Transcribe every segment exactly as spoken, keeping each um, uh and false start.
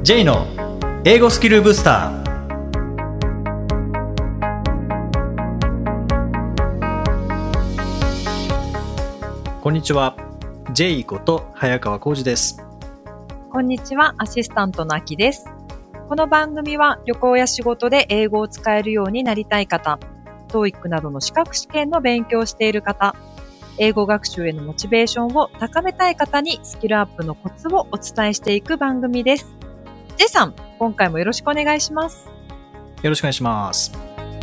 J の英語スキルブスター。こんにちは、 J こと早川浩二です。 こんにちは、アシスタントのあきです。この番組は旅行や仕事で英語を使えるようになりたい方、トーイック などの資格試験の勉強をしている方、英語学習へのモチベーションを高めたい方にスキルアップのコツをお伝えしていく番組です。J さん、今回もよろしくお願いします。 よろしくお願いします。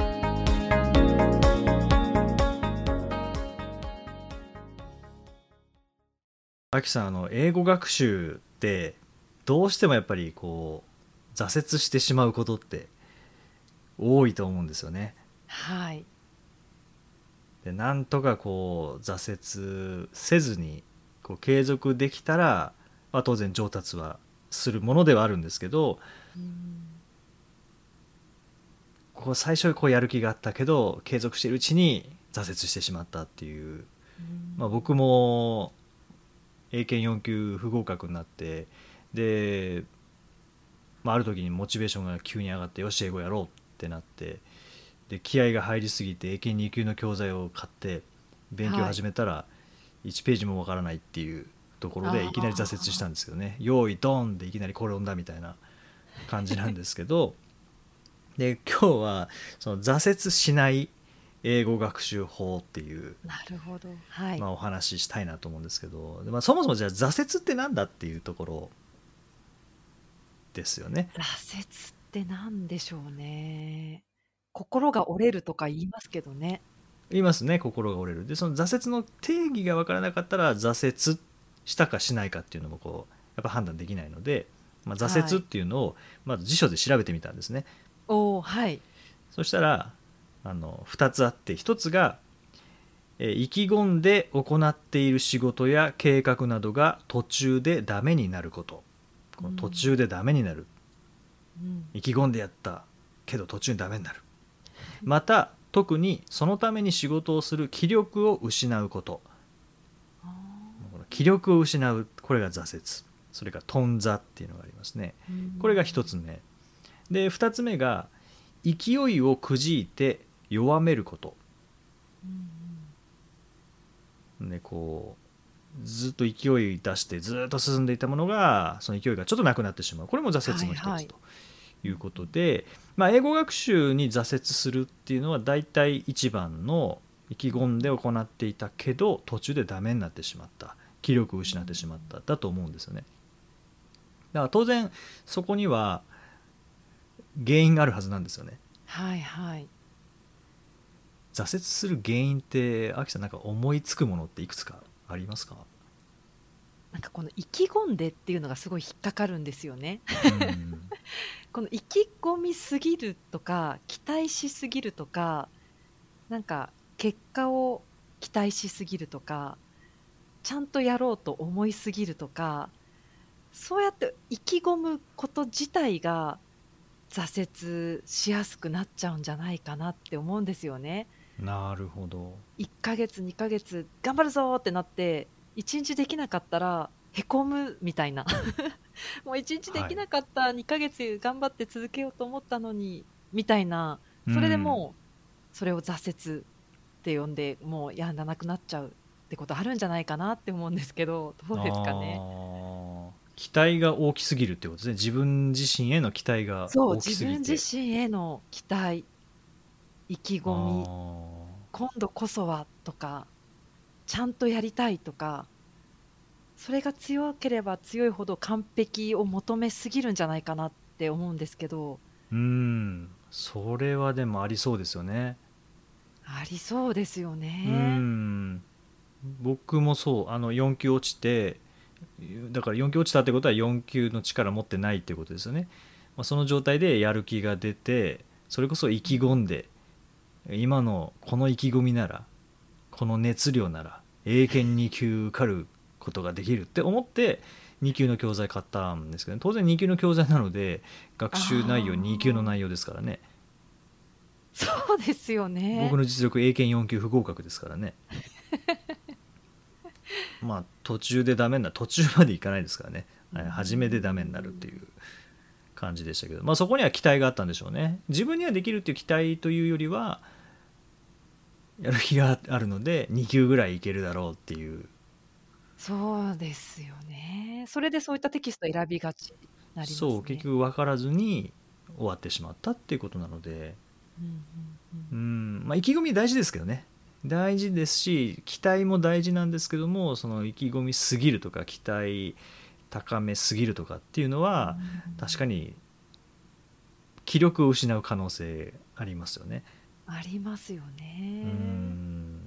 あきさん、あの英語学習ってどうしてもやっぱりこう挫折してしまうことって多いと思うんですよね。 はい。 でなんとかこう挫折せずにこう継続できたら、まあ、当然上達はするものではあるんですけど、 うんこう最初こうやる気があったけど継続しているうちに挫折してしまったっていう、まあ、僕も英検よん級不合格になって、で、まあ、ある時にモチベーションが急に上がって、よし英語やろうってなって、で気合が入りすぎて英検に級の教材を買って勉強を始めたらいちページもわからないっていうところでいきなり挫折したんですけどね。用意ドンでいきなり転んだみたいな感じなんですけどで今日はその挫折しない英語学習法っていう、 なるほど。はい。 まあ、お話ししたいなと思うんですけど、で、まあ、そもそもじゃあ挫折ってなんだっていうところですよね。 挫折って何でしょうね。心が折れるとか言いますけどね。 言いますね、心が折れる。でその挫折の定義が分からなかったら挫折したかしないかっていうのもこうやっぱ判断できないので、まあ、挫折っはい。 ていうのをまず辞書で調べてみたんですね。 おー、はい。 そしたらあのふたつあって、ひとつがえー意気込んで行っている仕事や計画などが途中でダメになること。この途中でダメになる、 うん。 意気込んでやったけど途中にダメになる。また特にそのために仕事をする気力を失うこと。 あこの気力を失う、これが挫折。それから頓挫っていうのがありますね。 ーうんこれがひとつめで、ふたつめが勢いをくじいて弱めること。 うんでこうずっと勢い出してずっと進んでいたものがその勢いがちょっとなくなってしまう。これも挫折の一はいはい。 つということで、まあ、英語学習に挫折するっていうのは大体一番の意気込んで行っていたけど途中でダメになってしまった、気力を失ってしまっただと思うんですよね。だから当然そこには原因があるはずなんですよね。 はいはい。 挫折する原因って秋さんなんか思いつくものっていくつかありますか？ なんかこの意気込んでっていうのがすごい引っかかるんですよね。 うんこの意気込みすぎるとか、期待しすぎるとか、なんか結果を期待しすぎるとか、ちゃんとやろうと思いすぎるとか、そうやって意気込むこと自体が挫折しやすくなっちゃうんじゃないかなって思うんですよね。 なるほど。 いっかげつにかげつ頑張るぞってなっていちにちできなかったらへこむみたいなもういちにちではい。 きなかった、にかげつ頑張って続けようと思ったのにみたいな、それでうんもうそれを挫折って呼んでもうやらなくなっちゃうってことあるんじゃないかなって思うんですけど、どうですかね。 あ期待が大きすぎるってことですね。自分自身への期待がそう、 大き自分自すぎて。 身への期待、意気込み、 あ今度こそはとか、ちゃんとやりたいとか、それが強ければ強いほど完璧を求めすぎるんじゃないかなって思うんですけど、 うんそれはでもありそうですよね。 ありそうですようね。 ん僕もそうあのよん級落ちて、だからよん級落ちたってことはよん級の力持ってないっていうことですよね。まあ、その状態でやる気が出て、それこそ意気込んで、今のこの意気込みなら、この熱量なら英検に級受かることができるって思ってに級の教材買ったんですけど、ね、当然に級の教材なので学習内容に級のああ、 内容ですからね。 そうですよね。 僕の実力英検よん級不合格ですからね。まあ途中でダメになる、途中までいかないですからね、 うー初めでダメになるっていん。 う感じでしたけど、まあ、そこには期待があったんでしょうね。自分にはできるっていう期待というよりはやる気があるのでに級ぐらいいけるだろうっていう。 そうですよね。それでそういったテキストを選びがちになりまそう結すね。 局分からずに終わってしまったっていうことなので、 うんうんううんんまあ意気込み大事ですけどね。大事ですし期待も大事なんですけども、その意気込みすぎるとか期待高めすぎるとかっていうのは確かに気力を失う可能性ありますよね。 ありますようね。 ん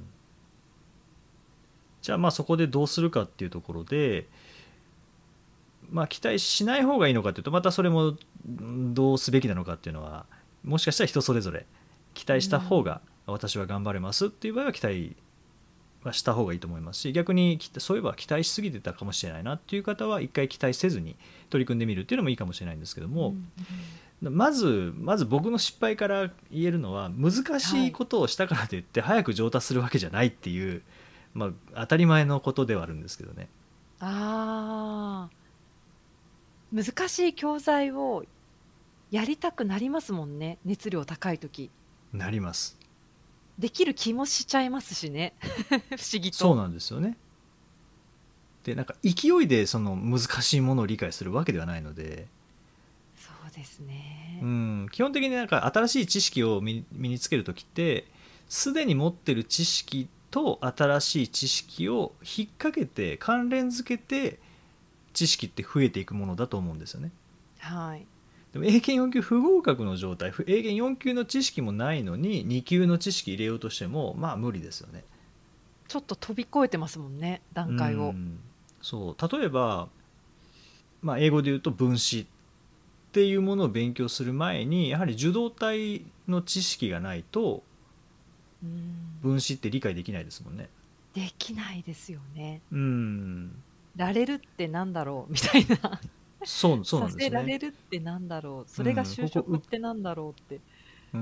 じゃあまあそこでどうするかっていうところで、まあ、期待しない方がいいのかというとまたそれもんどうすべきなのかっていうのはもしかしたら人それぞれ。期待した方が私は頑張れますっていう場合は期待はした方がいいと思いますし、逆にきそういえば期待しすぎてたかもしれないなっていう方は一回期待せずに取り組んでみるっていうのもいいかもしれないんですけどうんうも、 んまずまず僕の失敗から言えるのは難しいはい。 ことをしたからといって早く上達するわけじゃないっていう、まあ、当たり前のことではあるんですけどね。 ああ、難しい教材をやりたくなりますもんね、熱量高い時。 なります。 できる気もしちゃいますしね、不思議と。 そうなんですよね。でなんか勢いでその難しいものを理解するわけではないので、 そうですうね。 ん、基本的になんか新しい知識を身身につけるときってすでに持ってる知識と新しい知識を引っ掛けて関連付けて知識って増えていくものだと思うんですよね。 はい。 でも英検よん級不合格の状態、ふ英検よん級の知識もないのにに級の知識入れようとしてもまあ無理ですよね。 ちょっと飛び越えてますもんね、 う段階を。 んそう例えば、まあ、英語で言うと分子っていうものを勉強する前にやはり受動体の知識がないとうん。 分子って理解できないですもんね。 できないですよね。 うんられるってなんだろうみたいな。 そうそうさなんですね。 せられるってなんだろう、それがうん就ここう、 職ってなんだろうって。 うん、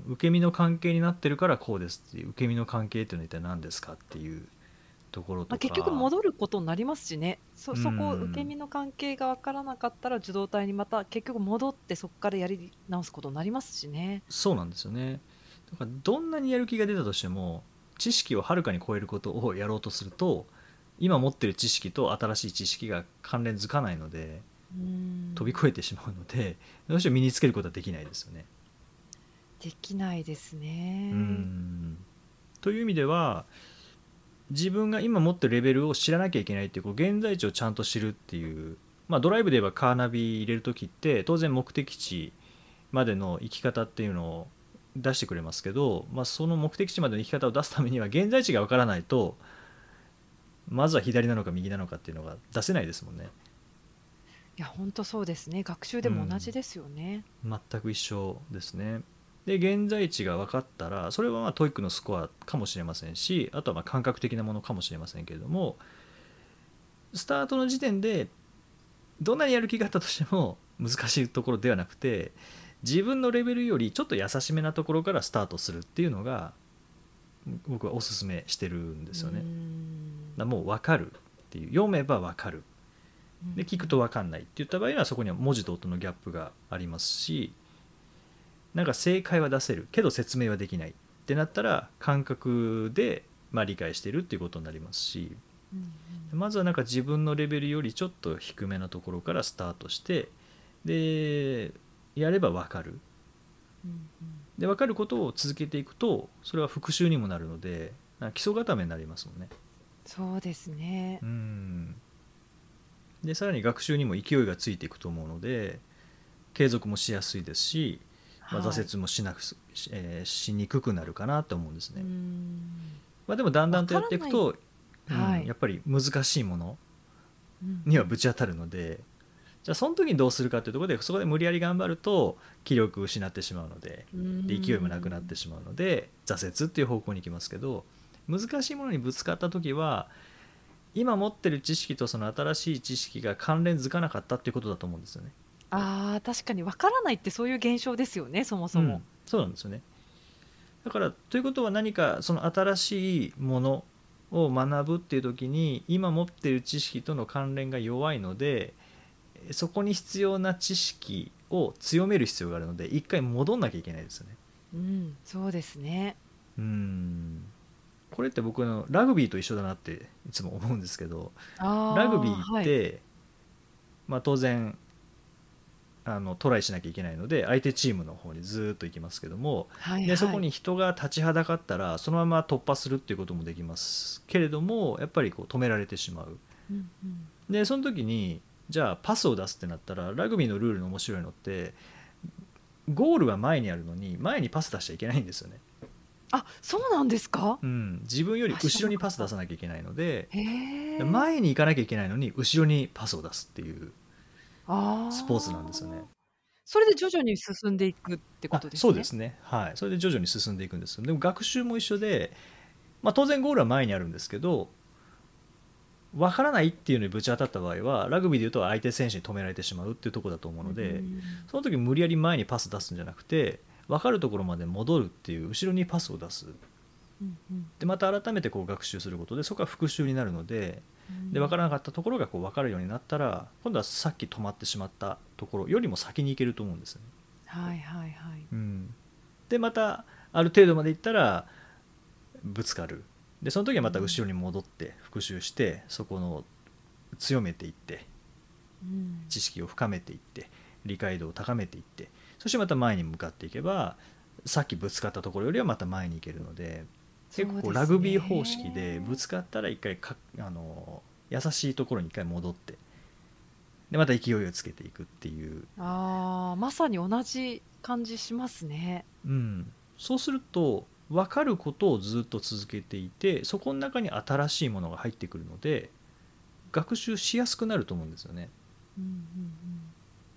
受け身の関係になってるからこうですっていう受け身の関係っていうのは一体何ですかっていうところまあ、 と結局か。 戻ることになりますしね。そうそこ受けん身の関係が分からなかったら受動体にまた結局戻ってそこからやり直すことになりますしね。 そうなんですよね。だからどんなにやる気が出たとしても知識をはるかに超えることをやろうとすると今持ってる知識と新しい知識が関連づかないのでうーん。 飛び越えてしまうのでどうしても身につけることはできないですよね。 できないですうね。 んという意味では自分が今持ってるレベルを知らなきゃいけないっていう、こう現在地をちゃんと知るっていう、まあ、ドライブで言えばカーナビ入れる時って当然目的地までの行き方っていうのを出してくれますけど、まあ、その目的地までの行き方を出すためには現在地がわからないとまずは左なのか右なのかっていうのが出せないですもんね。 いや、本当そうですね。学習でも同うんじですよね。 全く一緒ですね。で現在地が分かったらそれはまあトイックのスコアかもしれませんし、あとはまあ感覚的なものかもしれませんけれども、スタートの時点でどんなにやる気があったとしても難しいところではなくて自分のレベルよりちょっと優しめなところからスタートするっていうのが僕はおすすめしてるんでうーすよね。だかん。 らもう分かるっていう、読めば分かる、 うんで聞くと分かんないって言った場合にはそこには文字と音のギャップがありますし、なんか正解は出せるけど説明はできないってなったら感覚でまあ理解してるっていうことになりますし、 うんうんまずはなんか自分のレベルよりちょっと低めなところからスタートしてでやれば分かる、 うんうん。 で分かることを続けていくとそれは復習にもなるのでなんか基礎固めになりますもんね。 そうですね。 うんでさらに学習にも勢いがついていくと思うので継続もしやすいですし、まあ、 はい。 挫折もしなくし,、えーしにくくなるかなと思うんですうーね。 ん。 まあ、でもだんだわんとやからない。 っていくと、うん、 はい。 やっぱり難しいものうんにはぶち当たるので、じゃあその時にどうするかというところでそこで無理やり頑張ると気力を失ってしまうので、 うん。うーで勢いもなくなってん。 しまうので挫折っていう方向に行きますけど、難しいものにぶつかった時は今持ってる知識とその新しい知識が関連づかなかったっていうことだと思うんですよね。 ああ、確かにわからないってそういう現象ですよね、そもそも。 うん、そうなんですよね。だからということは何かその新しいものを学ぶっていう時に今持っている知識との関連が弱いのでそこに必要な知識を強める必要があるので一回戻んなきゃいけないですよね。 うん、そうですね。 うんこれって僕のラグビーと一緒だなっていつも思うんですけど、ラグビーっああ、はい。 て、まあ、当然あのトライしなきゃいけないので相手チームの方にずっと行きますけども、でそはいはい。 こに人が立ちはだかったらそのまま突破するっていうこともできますけれども、やっぱりこう止められてしまう。 うんうん。 でその時にじゃあパスを出すってなったら、ラグビーのルールの面白いのってゴールは前にあるのに前にパス出しちゃいけないんですよね。 あ、そうなんですか？ うん、自分よりあ、知ら後ろにパス出なかった。 さなきゃいけないので、 へえ。 前に行かなきゃいけないのに後ろにパスを出すっていうスポーツなんですよね。 ああ。それで徐々に進んでいくってこあ、 とですね。 そうですね。はい。それで徐々に進んでいくんです。でも学習も一緒で、まあ、当然ゴールは前にあるんですけど、分からないっていうのにぶち当たった場合は、ラグビーでいうと相手選手に止められてしまうっていうところだと思ううので、 ん。 その時無理やり前にパス出すんじゃなくて、分かるところまで戻るっていう、後ろにパスを出す。 うんうんで、また改めてこう学習することで、そこは復習になるので、 うで、分からなん。 かったところがこう分かるようになったら、今度はさっき止まってしまったところよりも先に行けると思うんですよね。 はいはいはい。 うん、でまたある程度まで行ったらぶつかる。でその時はまた後うん。 ろに戻って復習して、そこの強めていって、 うん。 知識を深めていって、理解度を高めていって、そしてまた前に向かっていけば、さっきぶつかったところよりはまた前に行けるので、結構こうラそうですグビー方式でぶね。 つかったら一回かあの優しいところに一回戻って、でまた勢いをつけていくっていう。 ああ、まさに同じ感じしますね。 うん、そうすると分かることをずっと続けていて、そこの中に新しいものが入ってくるので学習しやすくなると思うんですよね。 うんうんうん。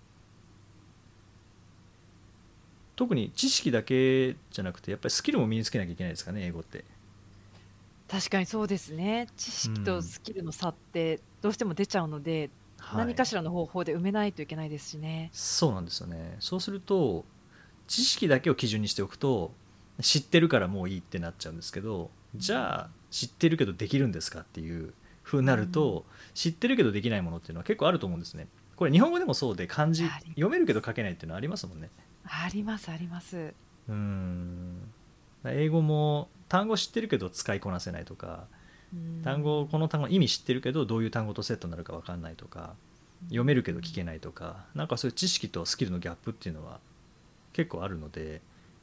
特に知識だけじゃなくてやっぱりスキルも身につけなきゃいけないですかね、英語って。 確かにそうですね。知う識とん、 スキルの差ってどうしても出ちゃうので、 はい、 何かしらの方法で埋めないといけないですしね。 そうなんですよね。そうすると知識だけを基準にしておくと、知ってるからもういいってなっちゃうんですけど、じゃあ知ってるけどできるんですかっていう風にうん。 なると、知ってるけどできないものっていうのは結構あると思うんですね。これ日本語でもそうで、漢字あり読めるけどます。 書けないっていうのはありますもんね。 ありますあります。 うーん英語も単語知ってるけど使いこなせないとか、 う単語こん。 の単語意味知ってるけどどういう単語とセットになるか分かんないとか、 う読めるけど聞けん。 ないとか、なんかそういう知識とスキルのギャップっていうのは結構あるので、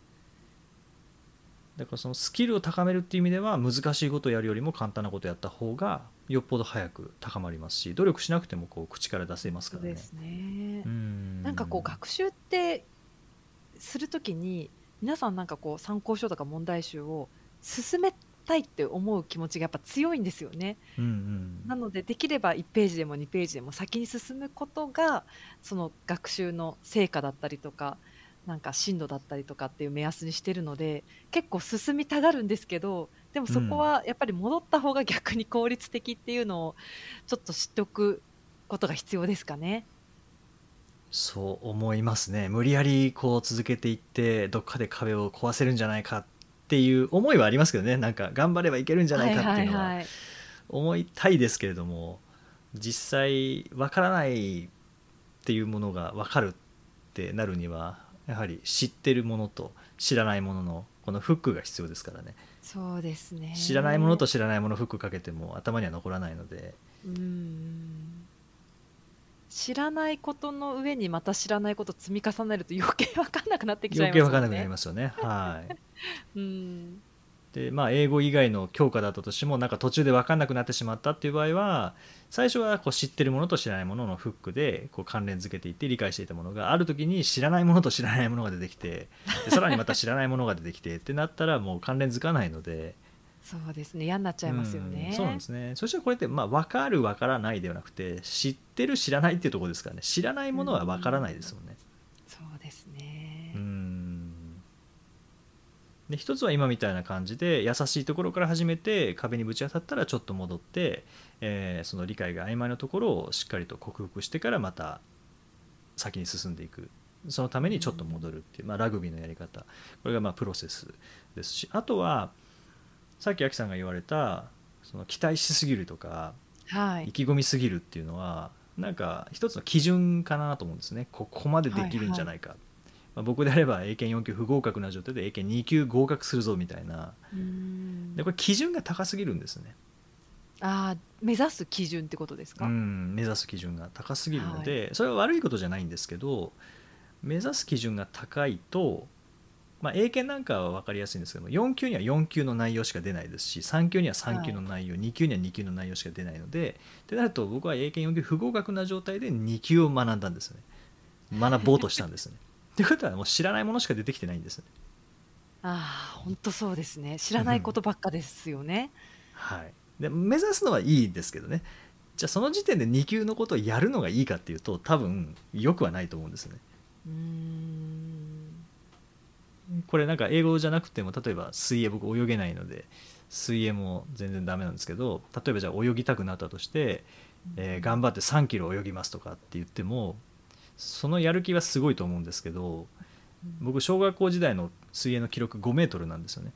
だからそのスキルを高めるっていう意味では難しいことをやるよりも簡単なことをやった方がよっぽど早く高まりますし、努力しなくてもこう口から出せますからね。 そうですね。 うーなんかこうん学習ってするときに、皆さんなんかこう参考書とか問題集を進めたいって思う気持ちがやっぱ強いんですよね。 うんうんなのでできればいちページでもにページでも先に進むことが、その学習の成果だったりとか、なんか進度だったりとかっていう目安にしてるので、結構進みたがるんですけど、でもそこうんはやっぱり戻った方が逆に効率的っていうのをちょっと知っておくことが必要ですかね。 そう思いますね。無理やりこう続けていってどっかで壁を壊せるんじゃないかっていう思いはありますけどね。なんか頑張ればいけるんじゃないはいかっていうのははいはい。 思いたいですけれども、実際わからないっていうものが分かるってなるにはやはり知ってるものと知らないもののこのフックが必要ですからね。 そうです知らないものね。 と知らないものフックかけても頭には残らないので。 うん。知らないことの上にまた知らないこと積み重ねると余計分かんなくなってきちゃい余計分かんなくなりますもんね。 ますよね。はい。 うん。 でまあ英語以外の教科だったとしてもなんか途中で分かんなくなってしまったっていう場合は、最初はこう知ってるものと知らないもののフックでこう関連付けていって理解していたものがある時に知らないものと知らないものが出てきて、でさらにまた知らないものが出てきてってなったらもう関連付かないので。 そうですね、嫌になっちゃういますよんそうなんでね。 すね。そしたらこれってまあ分かる分からないではなくて、知ってる知らないっていうところですからね。知らないうものは分からないでん。 すもんね。 そうですうね。 んで一つは今みたいな感じで優しいところから始めて、壁にぶち当たったらちょっと戻って、えーその理解が曖昧なところをしっかりと克服してからまた先に進んでいく。そのたうめにちょっと戻ん。 るっていう、まあ、ラグビーのやり方、これがまあプロセスですし、あとはさっきアキさんが言われたその期待しすぎるとかはい。 意気込みすぎるっていうのは、 なんか一つの基準かなと思うんですね。ここまでできるんじゃないか、はいはい、まあ、僕であれば英検よん級不合格な状態で英検に級合格するぞみたいな。 うーんでこれ基準が高すぎるんですね。 ああ、目指す基準ってことですうか？ ん、目指す基準が高すぎるので、 はい。 それは悪いことじゃないんですけど、目指す基準が高いと、まあ、英検なんかは分かりやすいんですけども、よん級にはよん級の内容しか出ないですし、さん級にはさん級はい。 の内容、に級にはに級の内容しか出ないので、ってなると僕は英検よん級不合格な状態でに級を学んだんですね。学ぼうとしたんですね。ということはもう知らないものしか出てきてないんですね。 ああ、本当そうですね。知らないことばっかですよね。 はい、で目指すのはいいんですけどね。じゃあその時点でに級のことをやるのがいいかっていうと多分よくはないと思うんですね。 うーん。 これなんか英語じゃなくても、例えば水泳、僕泳げないので水泳も全然ダメなんですけど、例えばじゃあ泳ぎたくなったとして、えー頑張ってさんキロ泳ぎますとかって言っても、そのやる気はすごいと思うんですけど、 うん僕小学校時代の水泳の記録ごメートルなんですよね。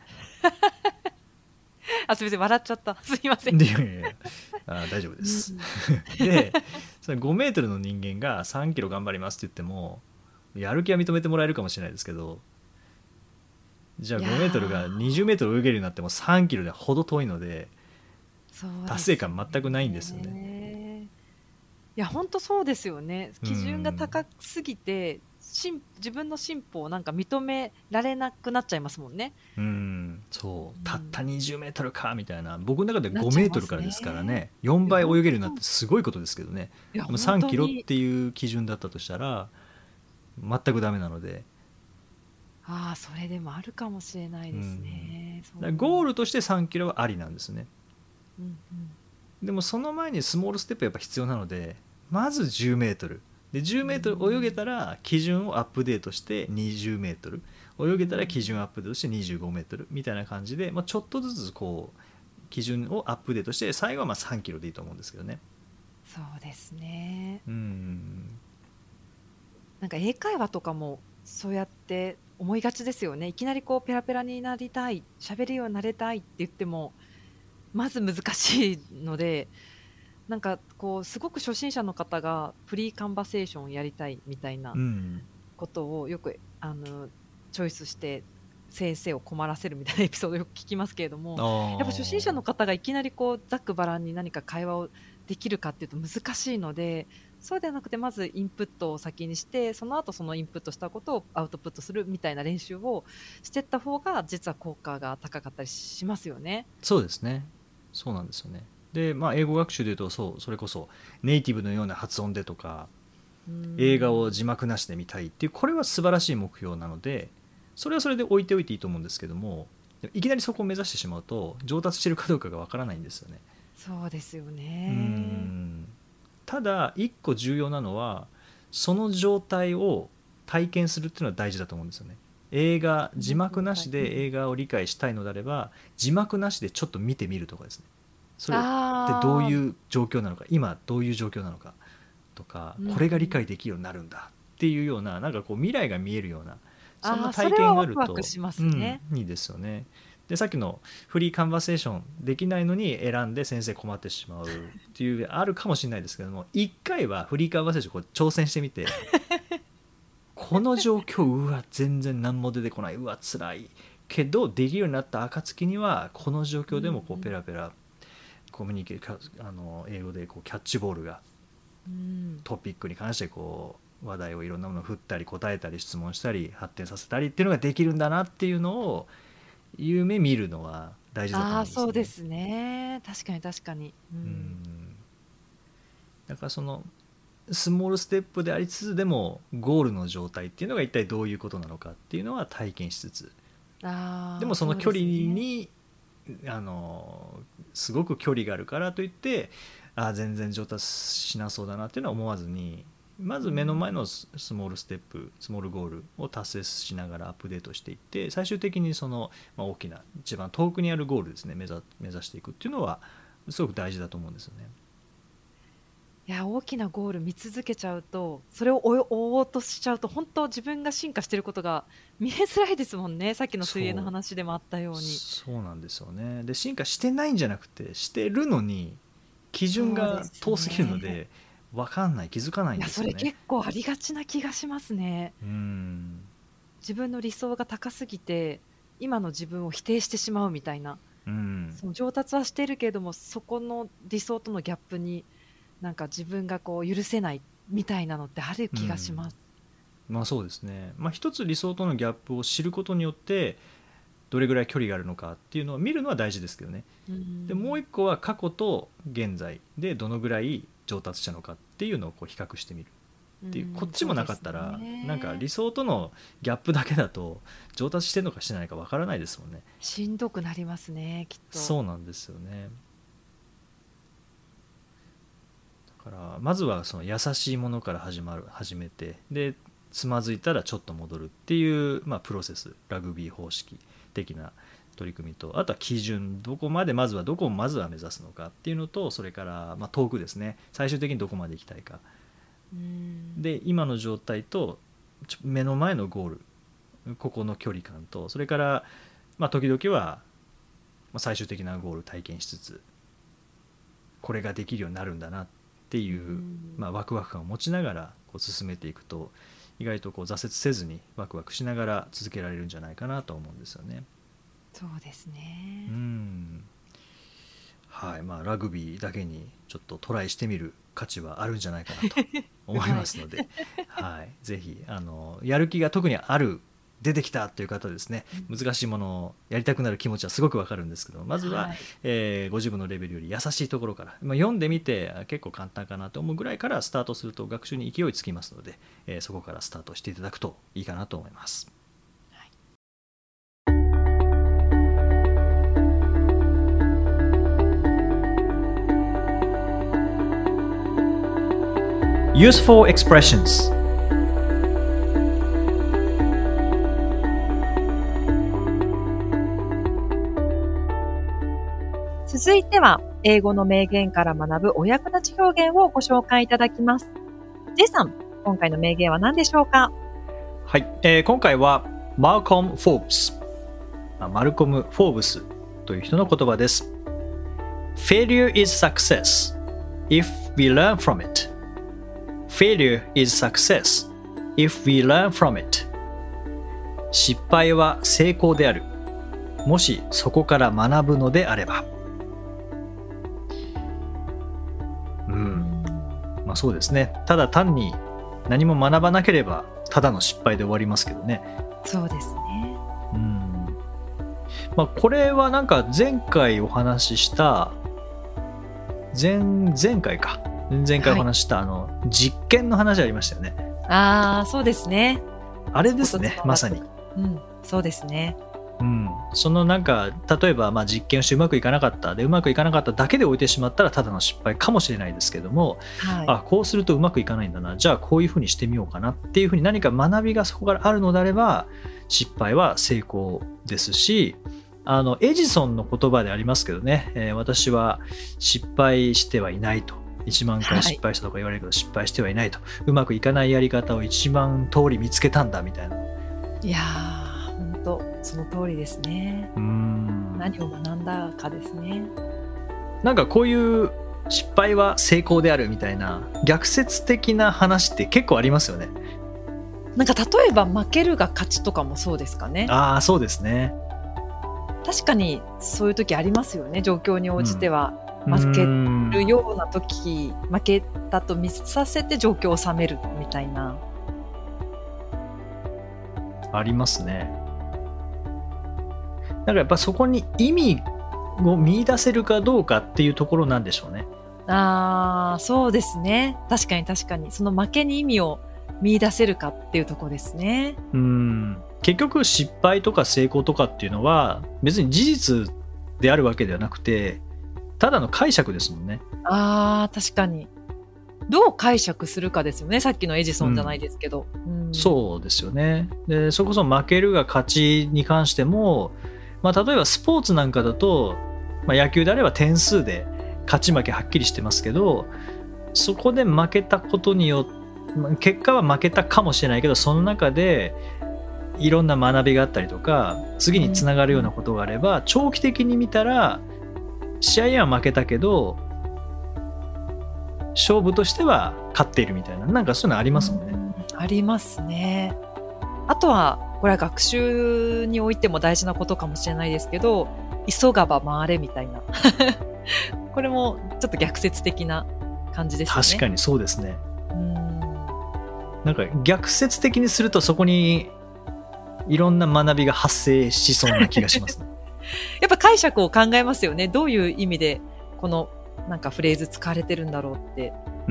あ、すみません、笑っちゃった。すいません。 でいやいやいやあ大丈夫でうす。 ん。 でそのごメートルの人間がさんキロ頑張りますって言っても、やる気は認めてもらえるかもしれないですけど、じゃあいやごメートルがにじゅうメートル泳げるようになってもさんキロでほど遠いので、 ー、そう達ですよ成感全くないんですよね。 ね。いや、本当そうですよね。 う基準がん高すぎて、進自分の進歩をなんか認められなくなっちゃいますもんね。 うんそうたったうん。 にじゅうメートルかみたいな、僕の中で5 なっちゃいメーますね。 トルからですからね。よんいや、 ばい泳本当そう。 げるようになってすごいことですけどね。 いや、 でも本さんキロっ当に。 ていう基準だったとしたら全くダメなので、 ああ、それでもあるかもしれないですうんね。そう。 だからゴールとしてさんキロはありなんですね。 うんうん。 でもその前にスモールステップやっぱ必要なので、まずじゅうメートルで10 うメートル泳げん。 たら基準をアップデートしてにじゅうメートル泳げたら基準うん。 アップデートしてにじゅうごメートルみたいな感じで、まあ、ちょっとずつこう基準をアップデートして最後はまあさんキロでいいと思うんですけどね。 そうですね。 うんなんか英会話とかもそうやって思いがちですよね。いきなりこうペラペラになりたい、喋るようになれたいって言っても、まず難しいので、なんかこうすごく初心者の方がフリーカンバセーションをやりたいみたいなうんことをよくあのチョイスして先生を困らせるみたいなエピソードをよく聞きますけれども、やっぱ初心者のあ方がいきなりこうざっくばらんに何か会話をできるかっていうと難しいので、そうではなくてまずインプットを先にして、その後そのインプットしたことをアウトプットするみたいな練習をしていった方が実は効果が高かったりしますよね。 そうですね。そうなんですよね。でまあ英語学習でいうと、そうそれこそネイティブのような発音でとか、 うー映画をん。 字幕なしで見たいっていう、これは素晴らしい目標なので、それはそれで置いておいていいと思うんですけども、いきなりそこを目指してしまうと上達してるかどうかがわからないんですよね。 そうですようーね。 んただ一個重要なのは、その状態を体験するっていうのは大事だと思うんですよね。映画そ字の状態。 幕なしうん。 で映画を理解したいのであれば、字幕なしでちょっと見てみるとかですね。それってどうああ、 いう状況なのか、今どういう状況なのかとか、 うんうこれが理ん。 解できるようになるんだっていうような、なんかこう未来が見えるような、そんなああ、そ体験がれはワクあると、 ワクしまうん、 すね。 いいですよね。でさっきのフリーカンバセーションできないのに選んで先生困ってしまうっていうあるかもしれないですけども、一回はフリーカンバセーションこう挑戦してみて、この状況うわ全然何も出てこない、うわ辛いけどできるようになった暁にはこの状うん況でもこううん。 ペラペラコミュニケーあの英語でこうキャッチボールが、 うん。 トピックに関してこう話題をいろんなものを振ったり答えたり質問したり発展させたりっていうのができるんだなっていうのを夢見るのは大事だとああ、 思うんですよね。 そうですね。確かに確かに。ううん。 んだからそのスモールステップでありつつでもゴールの状態っていうのが一体どういうことなのかっていうのは体験しつつ、でああ、そうでもその距離すね。 にあのすごく距離があるからといってあ全然上達しなそうだなっていうのは思わずに、まうず目の前のん。 ススモールステップスモールゴールを達成しながらアップデートしていって、最終的にその、まあ、大きな一番遠くにあるゴールですね、目指目指していくっていうのはすごく大事だと思うんですよね。 いや、大きなゴール見続けちゃうと、それを追い追おうとしちゃうと、本当自分が進化してることが見えづらいですもんね。さっきの水泳のそう話でもあったように。 そうなんですよね。で進化してないんじゃなくてしてるのに基準そうでがす遠すぎるのね。 で、 分かんない、気づかないいや、 んですよね。 それ結構ありがちな気がしますね。 うん自分の理想が高すぎて、今の自分を否定してしまうみたいな。 うんその上達はしてるけれども、そこの理想とのギャップに、なんか自分がこう許せないみたいなのってある気がします。 まあそうですね、まあ、一つ理想とのギャップを知ることによってどれぐらい距離があるのかっていうのを見るのは大事ですけどね。 うんでもう一個は過去と現在でどのぐらい上達したのかっていうのをこう比較してみるっていう、 うんこっちもなかったら、 そうですねなんか理想とのギャップだけだと上達してるのかしてないかわからないですもんね。 しんどくなりますね、きっと。 そうなんですよね。だからまずはその優しいものから始まる始めて、でつまずいたらちょっと戻るっていう、まあ、プロセス、ラグビー方式的な取り組みと、あとは基準、どこまでまずはどこをまずは目指すのかっていうのと、それからまあ遠くですね、最終的にどこまで行きたいかうんで、今の状態とちょ目の前のゴール、ここの距離感と、それからまあ時々はまあ最終的なゴール体験しつつ、これができるようになるんだなっていう、 うんまあ、ワクワク感を持ちながらこう進めていくと、意外とこう挫折せずにワクワクしながら続けられるんじゃないかなと思うんですよね。 そうですねう。んはい、まあラグビーだけにちょっとトライしてみる価値はあるんじゃないかなと思いますので、はいぜひあのやる気が特にある、出てきたという方ですね、難しいものをやりたくなる気持ちはすごくわかるんですけど、まずは、 はいえーご自分のレベルより優しいところから、まあ、読んでみてあ結構簡単かなと思うぐらいからスタートすると学習に勢いつきますので、えーそこからスタートしていただくといいかなと思います。Useful expressions。 続いては、英語の名言から学ぶお役立ち表現をご紹介いただきます。J さん、今回の名言は何でしょうか？ はい、えー今回はマルコム・フォーブス、まあマルコム・フォーブスという人の言葉です。Failure is success if we learn from it. Failure is success if we learn from it. 失敗は成功である。もしそこから学ぶのであれば。うん、まあそうですね。ただ単に何も学ばなければただの失敗で終わりますけどね。 そうですね。 うんまあ、これはなんか前回お話しした前前回か前回お話ししたあの実験の話ありましたよね。 ああ、そうですね。 あれですね、まさに。 うん、そうですね。 うん、そのなんか例えばまあ実験をしてうまくいかなかったでうまくいかなかっただけで置いてしまったらただの失敗かもしれないですけども、 はい。 あこうするとうまくいかないんだな、じゃあこういうふうにしてみようかなっていうふうに何か学びがそこからあるのであれば失敗は成功ですし、あのエジソンの言葉でありますけどね、えー私は失敗してはいないと、いちまんかい失敗したとか言われるけど失敗してはいないと、うまくいかないやり方をいちまん通り見つけたんだみたいな。 いやー、本当その通りですね。 うーん何を学んだかですね。 なんかこういう失敗は成功であるみたいな逆説的な話って結構ありますよね。 なんか例えば負けるが勝ちとかもそうですかね。 ああそうですね。 確かにそういう時ありますよね。状況に応じては、 うん負けうんるような時、負けたと見させて状況を収めるみたいな。 ありますね。だからやっぱそこに意味を見出せるかどうかっていうところなんでしょうね。 ああ、そうですね。確かに確かに。その負けに意味を見出せるかっていうところですね。 うん結局失敗とか成功とかっていうのは別に事実であるわけではなくてただの解釈ですもんね。 ああ、確かに。どう解釈するかですよね。さっきのエジソンじゃないですけど。うんそうですよね。でそれこそ負けるが勝ちに関しても、まあ、例えばスポーツなんかだと、まあ、野球であれば点数で勝ち負けはっきりしてますけど、そこで負けたことによって結果は負けたかもしれないけどその中でいろんな学びがあったりとか次につながるようなことがあれば、長期的に見たら試合は負けたけど勝負としては勝っているみたいな、なんかそういうのありますもんね。 うん、ありますね。あとはこれは学習においても大事なことかもしれないですけど、急がば回れみたいなこれもちょっと逆説的な感じですよね。 確かにそうですね。 うん、 なんか逆説的にするとそこにいろんな学びが発生しそうな気がしますねやっぱ解釈を考えますよね。どういう意味でこのなんかフレーズ使われてるんだろうって。 うん、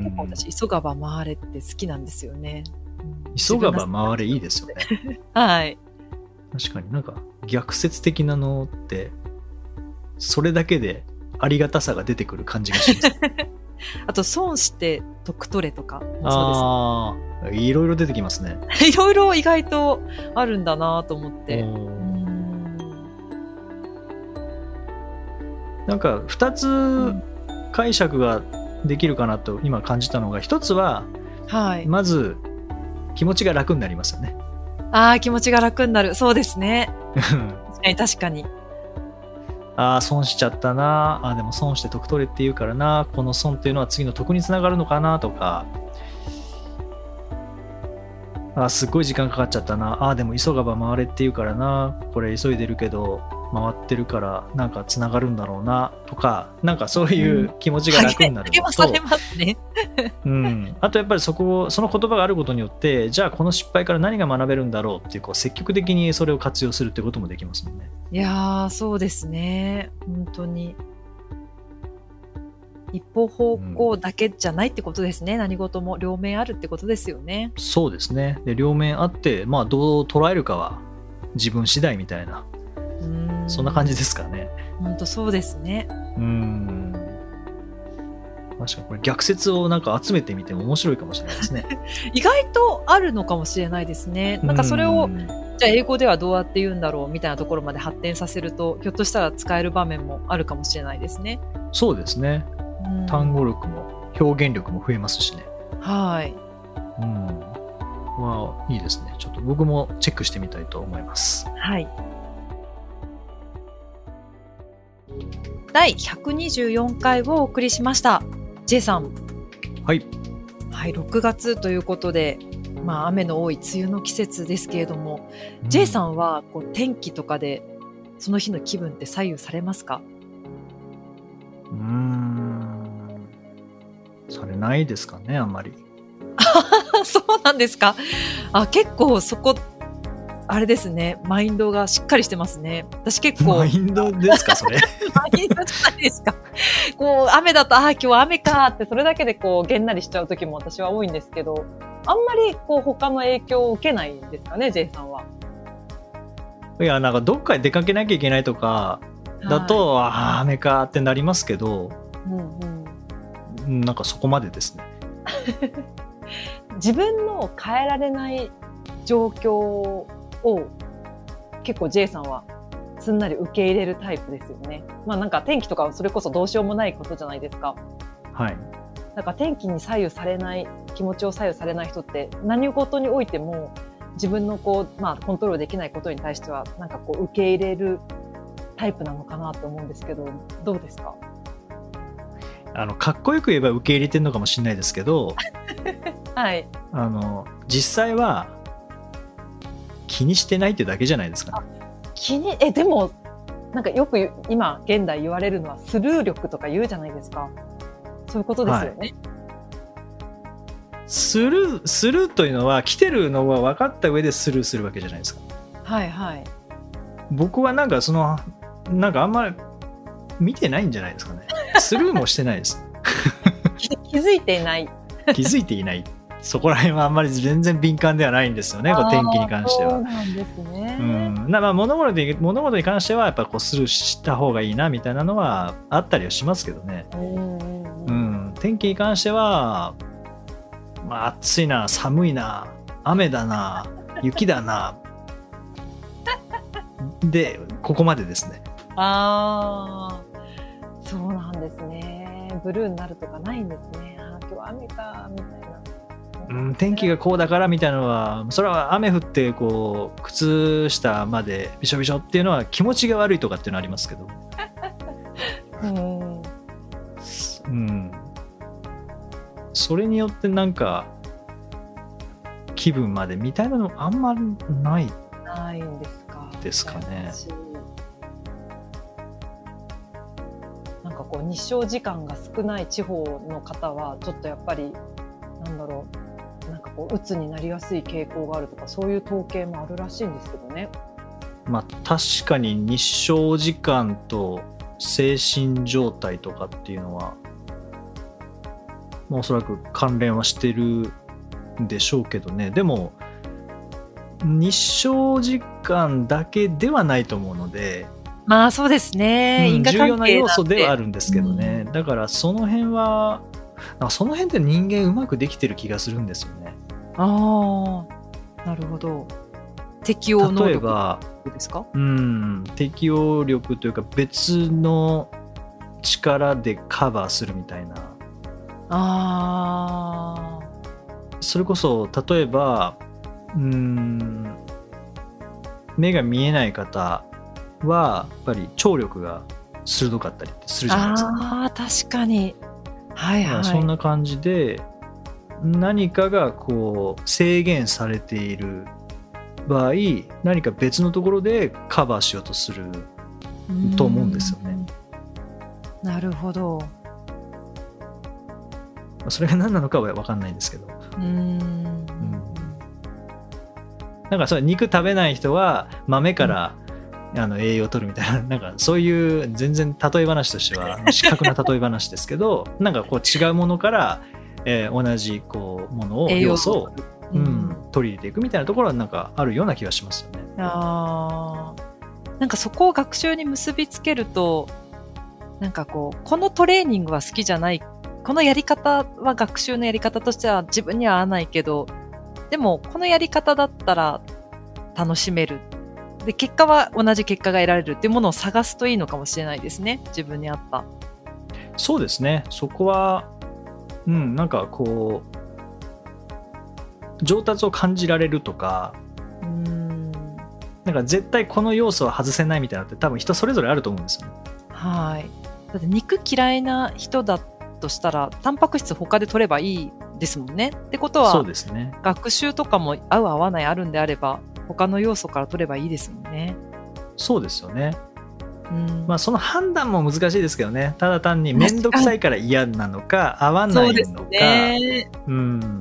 結構私急がば回れって好きなんですよね。うん、 急がば回れいいですよねはい。 確かになんか逆説的なのってそれだけでありがたさが出てくる感じがしますあと損して得取れとかもそうですね。 ああ、いろいろ出てきますねいろいろ意外とあるんだなと思って。 おーうん、 なんかふたつ解釈ができるかなと今感じたのが、ひとつははい。 まず気持ちが楽になりますよねああ、気持ちが楽になる。そうですね。確かに確かに。 ああ損しちゃったなあ、でも損して得取れって言うからな、この損っていうのは次の得につながるのかなとか、あーすっごい時間かかっちゃったなあ、でも急がば回れって言うからな、これ急いでるけど回ってるからなんかつながるんだろうなとか、なんかそういう気持ちが楽になるのと、 励まされますね。 うん、あとやっぱりそこをその言葉があることによって、じゃあこの失敗から何が学べるんだろうっていう、こう積極的にそれを活用するってこともできますもんね。 いやー、そうですね。本当に。一方方向だけじゃないってことですね。うん、何事も両面あるってことですよね。 そうですね。で両面あって、まあ、どう捉えるかは自分次第みたいな、 うーん、 そんな感じですかね。 本当そうですね。 うーん、確かにこれ逆説をなんか集めてみても面白いかもしれないですね。 意外とあるのかもしれないですね。なんかそれを、 うん、 じゃあ英語ではどうやって言うんだろうみたいなところまで発展させると、ひょっとしたら使える場面もあるかもしれないですね。 そうですね。 うん、 単語力も表現力も増えますしね。 はい。 うん。まあいいですね。ちょっと僕もチェックしてみたいと思います。 はい。だいひゃくにじゅうよんかいをお送りしました。J さん。 はい。 はい、ろくがつということで、まあ雨の多い梅雨の季節ですけれども、 うん、 J さんはこう天気とかでその日の気分って左右されますか？ うーん。されないですかね、あんまり。 そうなんですか。あ、結構そこあれですね、マインドがしっかりしてますね。私結構マインドですかそれ。 マインドじゃないですか。こう雨だと、あ、今日は雨かってそれだけでこうげんなりしちゃう時も私は多いんですけど、あんまりこう他の影響を受けないんですかね、J さんは。 いや、なんかどっかで出かけなきゃいけないとかだと、はい、ああ雨かってなりますけど、うんうん、なんかそこまでですね。 自分の変えられない状況を結構 J さんはすんなり受け入れるタイプですよね。まあなんか天気とかはそれこそどうしようもないことじゃないですか。 はい。 なんか天気に左右されない、気持ちを左右されない人って何事においても自分のこう、まあコントロールできないことに対してはなんかこう受け入れるタイプなのかなと思うんですけど、どうですか？ あのかっこよく言えば受け入れてるのかもしれないですけど、 はい。 あの実際は気にしてないってだけじゃないですかね。 気にえでもなんかよく今現代言われるのはスルー力とか言うじゃないですか。そういうことですよね。はい、 スルースルーというのは来てるのは分かった上でスルーするわけじゃないですか。 はいはい。 僕はなんかそのなんかあんまり見てないんじゃないですかね。スルーもしてないです気づいていない気づいていないそこら辺はあんまり全然敏感ではないんですよね、こう天気に関しては。 そうなんですね。 うん、まあ物事で物事に関してはやっぱこうスルーした方がいいなみたいなのはあったりはしますけどね。うん、うん、天気に関しては、まあ、暑いな、寒いな、雨だな、雪だなでここまでですね。 ああ、そうなんですね。ブルーになるとかないんですね。あ、今日は雨かみたいな。 うん、天気がこうだからみたいなのは、それは雨降ってこう靴下までびしょびしょっていうのは気持ちが悪いとかっていうのはありますけど、うん、うん、 それによってなんか気分までみたいなのあんまりないないんですか。 ですかね。 私なんかこう日照時間が少ない地方の方はちょっとやっぱりなんだろう、なんかこう鬱になりやすい傾向があるとか、そういう統計もあるらしいんですけどね。 まあ確かに日照時間と精神状態とかっていうのは、まあ、おそらく関連はしてるんでしょうけどね。でも日照時間だけではないと思うので、 まあそうですね、 うん、 因果関係重要な要素ではある。 るんですけどね、うん、だからその辺はなんかその辺って人間うまくできてる気がするんですよね。 ああ、なるほど。適応能力例えばですか？ うん、適応力というか別の力でカバーするみたいな。 ああ、 それこそ例えばうーん目が見えない方はやっぱり聴力が鋭かったりするじゃないですか。 ああ、確かに。はいはい。 そんな感じで何かがこう制限されている場合、何か別のところでカバーしようとすると思うんですよね。 なるほど。 それが何なのかは分かんないんですけど、 うーん、うん、 なんかそれ肉食べない人は豆から、うん、あの栄養を取るみたいな、なんかそういう全然例え話としては視覚な例え話ですけどなんかこう違うものから、えー、同じこうものを要素を、うん、取り入れていくみたいなところはなんかあるような気がしますよね。 あー、なんかそこを学習に結びつけると、なんかこうこのトレーニングは好きじゃない、このやり方は学習のやり方としては自分には合わないけど、でもこのやり方だったら楽しめる、で結果は同じ結果が得られるっていうものを探すといいのかもしれないですね、自分に合った。 そうですね、そこはうんなんかこう上達を感じられるとか、うーんなんか絶対この要素は外せないみたいなのって多分人それぞれあると思うんですよね。 はい。だって肉嫌いな人だとしたらタンパク質他で取ればいいですもんね。ってことは、 そうですね、 学習とかも合う合わないあるんであれば他の要素から取ればいいですもんね。 そうですよね。 うん、 まあその判断も難しいですけどね。ただ単に面倒くさいから嫌なのか合わないのか、そうですね、うん、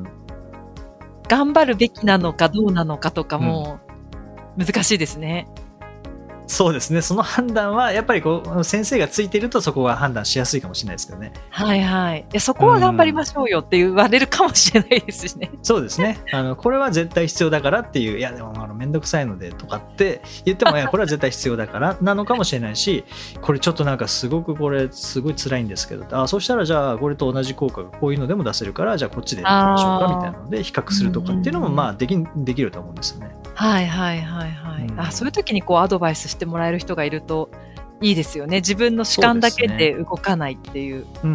頑張るべきなのかどうなのかとかも難しいですね。 そうですね、その判断はやっぱりこう先生がついてるとそこは判断しやすいかもしれないですけどね。 はいはい。いやそこは頑張りましょうよって言われるかもしれないですしね。 うん、そうですね、あのこれは絶対必要だからっていう、いやでもあのめんどくさいのでとかって言ってもいやこれは絶対必要だからなのかもしれないし、これちょっとなんかすごくこれすごい辛いんですけど、あそしたらじゃあこれと同じ効果がこういうのでも出せるからじゃあこっちでやりましょうかみたいなので比較するとかっていうのもまあでき、できると思うんですよね。 はいはいはいはい、うん、あそういう時にこうアドバイスしてもらえる人がいるといいですよね。自分の主観だけで動かないっていう。 うんうん、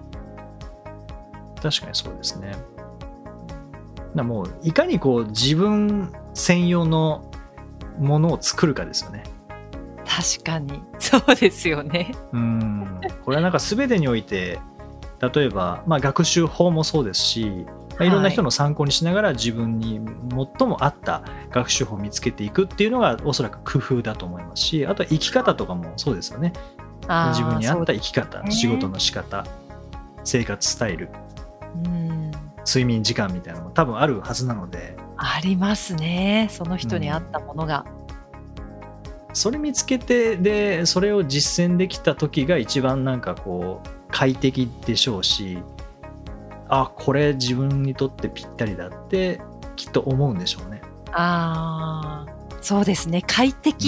確かにそうですね。だもういかにこう自分専用のものを作るかですよね。 確かにそうですよね。 うんこれはなんか全てにおいて、例えば、まあ、学習法もそうですし、まあ、いろんな人の参考にしながら自分に最も合った学習法を見つけていくっていうのがおそらく工夫だと思いますし、あとは生き方とかもそうですよね。自分に合った生き方、ね、仕事の仕方、生活スタイル、うん睡眠時間みたいなのも多分あるはずなので。 ありますね、その人に合ったものが、 うん、それ見つけてでそれを実践できた時が一番なんかこう快適でしょうし、あこれ自分にとってぴったりだってきっと思うんでしょうね。 ああそうですね、快適って、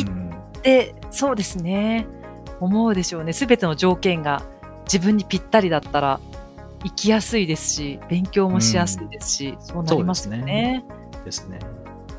うん、そうですね思うでしょうね。すべての条件が自分にぴったりだったら生きやすいですし勉強もしやすいですし、うん、そうなりますよね。 そうですね、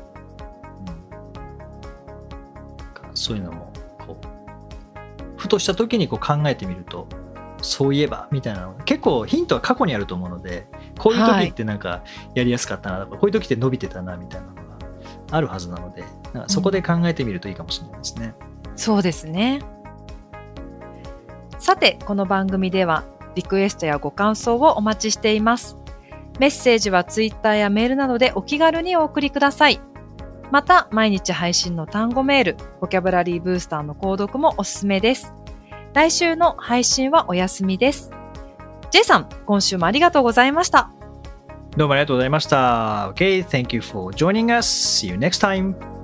うん、そういうのもこうふとした時にこう考えてみると、そういえばみたいなの結構ヒントは過去にあると思うので、こういう時ってなんかやりやすかったなとか、はい、こういう時って伸びてたなみたいなのがあるはずなので、なんかそこで考えてみるといいかもしれないですね。 うん、そうですね。さてこの番組ではリクエストやご感想をお待ちしています。メッセージはツイッターやメールなどでお気軽にお送りください。また、毎日配信の単語メール、ボキャブラリーブースターの購読もおすすめです。来週の配信はお休みです。J さん、今週もありがとうございました。 どうもありがとうございました。Okay, thank you for joining us. See you next time.